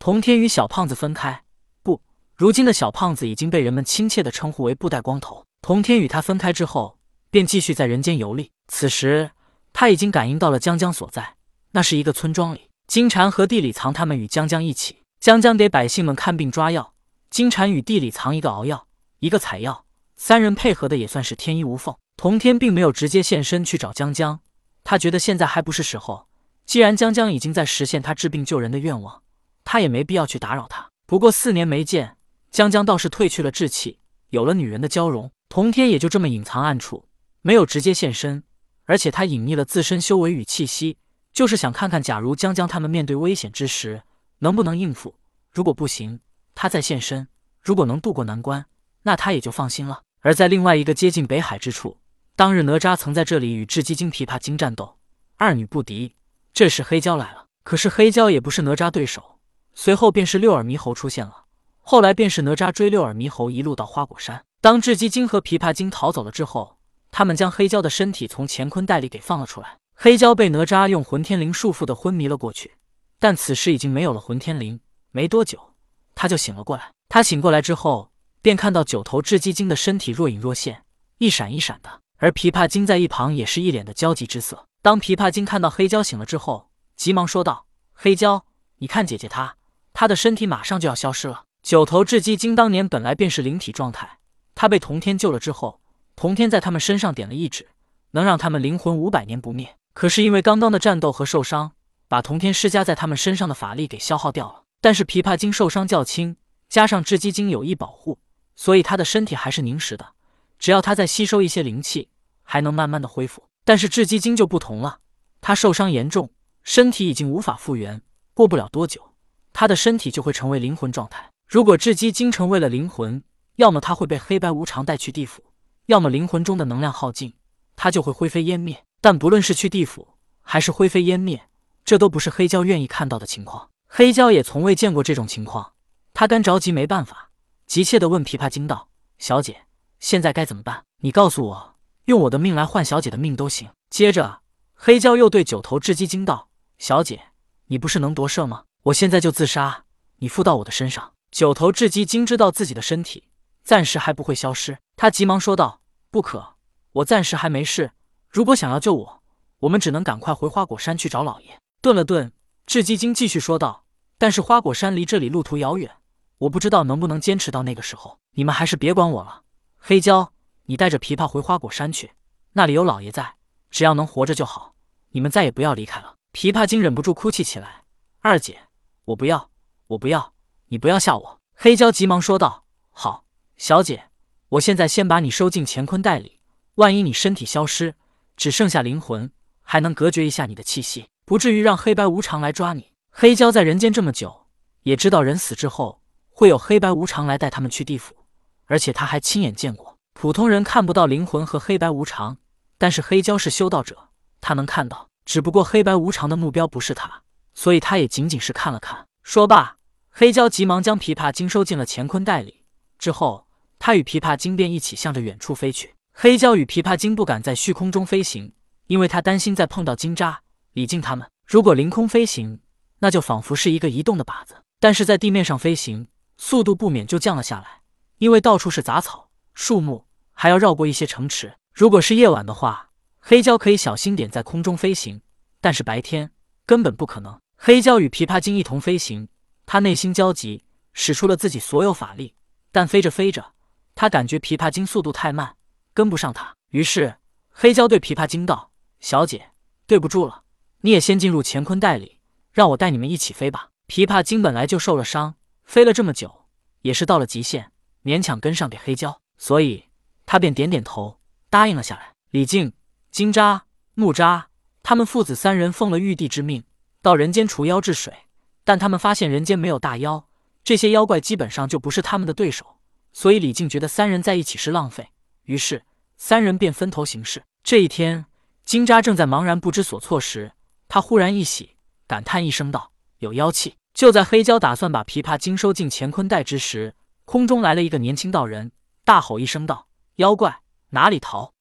童天与小胖子分开，不，如今的小胖子已经被人们亲切地称呼为布袋光头。童天与他分开之后，便继续在人间游历。此时，他已经感应到了江江所在，那是一个村庄里。金蝉和地里藏他们与江江一起，江江给百姓们看病抓药，金蝉与地里藏一个熬药，一个采药，三人配合的也算是天衣无缝。童天并没有直接现身去找江江，他觉得现在还不是时候。既然江江已经在实现他治病救人的愿望，他也没必要去打扰他。不过4年没见，江江倒是褪去了稚气，有了女人的娇容。童天也就这么隐藏暗处，没有直接现身，而且他隐匿了自身修为与气息，就是想看看假如江江他们面对危险之时能不能应付。如果不行，他再现身；如果能渡过难关，那他也就放心了。而在另外一个接近北海之处，当日哪吒曾在这里与雉鸡精、琵琶精战斗，二女不敌。这时黑蛟来了，可是黑蛟也不是哪吒对手。随后便是六耳猕猴出现了，后来便是哪吒追六耳猕猴一路到花果山。当雉鸡精和琵琶精逃走了之后，他们将黑蛟的身体从乾坤袋里给放了出来。黑蛟被哪吒用混天绫束缚的昏迷了过去，但此时已经没有了混天绫，没多久他就醒了过来。他醒过来之后，便看到9头雉鸡精的身体若隐若现，一闪一闪的，而琵琶精在一旁也是一脸的焦急之色。当琵琶精看到黑蛟醒了之后，急忙说道：“黑蛟，你看姐姐她的身体马上就要消失了。”9头雉鸡精当年本来便是灵体状态，他被童天救了之后，童天在他们身上点了一指，能让他们灵魂500年不灭。可是因为刚刚的战斗和受伤，把童天施加在他们身上的法力给消耗掉了。但是琵琶精受伤较轻，加上雉鸡精有意保护，所以他的身体还是凝实的，只要他再吸收一些灵气，还能慢慢的恢复。但是雉鸡精就不同了，他受伤严重，身体已经无法复原，过不了多久，他的身体就会成为灵魂状态。如果雉鸡精成为了灵魂，要么他会被黑白无常带去地府，要么灵魂中的能量耗尽，他就会灰飞烟灭。但不论是去地府还是灰飞烟灭，这都不是黑蛟愿意看到的情况。黑蛟也从未见过这种情况，他干着急没办法，急切地问琵琶精道：“小姐，现在该怎么办？你告诉我，用我的命来换小姐的命都行。”接着黑蛟又对9头雉鸡精道：“小姐，你不是能夺舍吗？我现在就自杀，你附到我的身上。”9头雉鸡精知道自己的身体暂时还不会消失，他急忙说道：“不可，我暂时还没事，如果想要救我，我们只能赶快回花果山去找老爷。”顿了顿，雉鸡精继续说道：“但是花果山离这里路途遥远，我不知道能不能坚持到那个时候，你们还是别管我了。黑蛟，你带着琵琶回花果山去，那里有老爷在，只要能活着就好，你们再也不要离开了。”琵琶精忍不住哭泣起来：“二姐，我不要，我不要，你不要吓我。”黑蛟急忙说道：“好，小姐，我现在先把你收进乾坤袋里，万一你身体消失，只剩下灵魂，还能隔绝一下你的气息，不至于让黑白无常来抓你。”黑蛟在人间这么久，也知道人死之后会有黑白无常来带他们去地府，而且他还亲眼见过。普通人看不到灵魂和黑白无常，但是黑蛟是修道者，他能看到。只不过黑白无常的目标不是他，所以他也仅仅是看了看。说罢，黑蛟急忙将琵琶精收进了乾坤袋里，之后他与琵琶精便一起向着远处飞去。黑蛟与琵琶精不敢在虚空中飞行，因为他担心再碰到金吒、李靖他们。如果凌空飞行，那就仿佛是一个移动的靶子，但是在地面上飞行，速度不免就降了下来，因为到处是杂草、树木，还要绕过一些城池。如果是夜晚的话，黑蛟可以小心点在空中飞行，但是白天根本不可能。黑蛟与琵琶精一同飞行，他内心焦急，使出了自己所有法力，但飞着飞着，他感觉琵琶精速度太慢，跟不上他。于是黑蛟对琵琶精道：“小姐，对不住了，你也先进入乾坤袋里，让我带你们一起飞吧。”琵琶精本来就受了伤，飞了这么久，也是到了极限，勉强跟上给黑蛟，所以他便点点头，答应了下来。李靖、金吒、木吒他们父子3人奉了玉帝之命，到人间除妖治水，但他们发现人间没有大妖，这些妖怪基本上就不是他们的对手，所以李靖觉得3人在一起是浪费，于是3人便分头行事。这一天，金吒正在茫然不知所措时，他忽然一喜，感叹一声道：“有妖气！”就在黑蛟打算把琵琶精收进乾坤袋之时，空中来了一个年轻道人，大吼一声道：“妖怪，哪里逃！”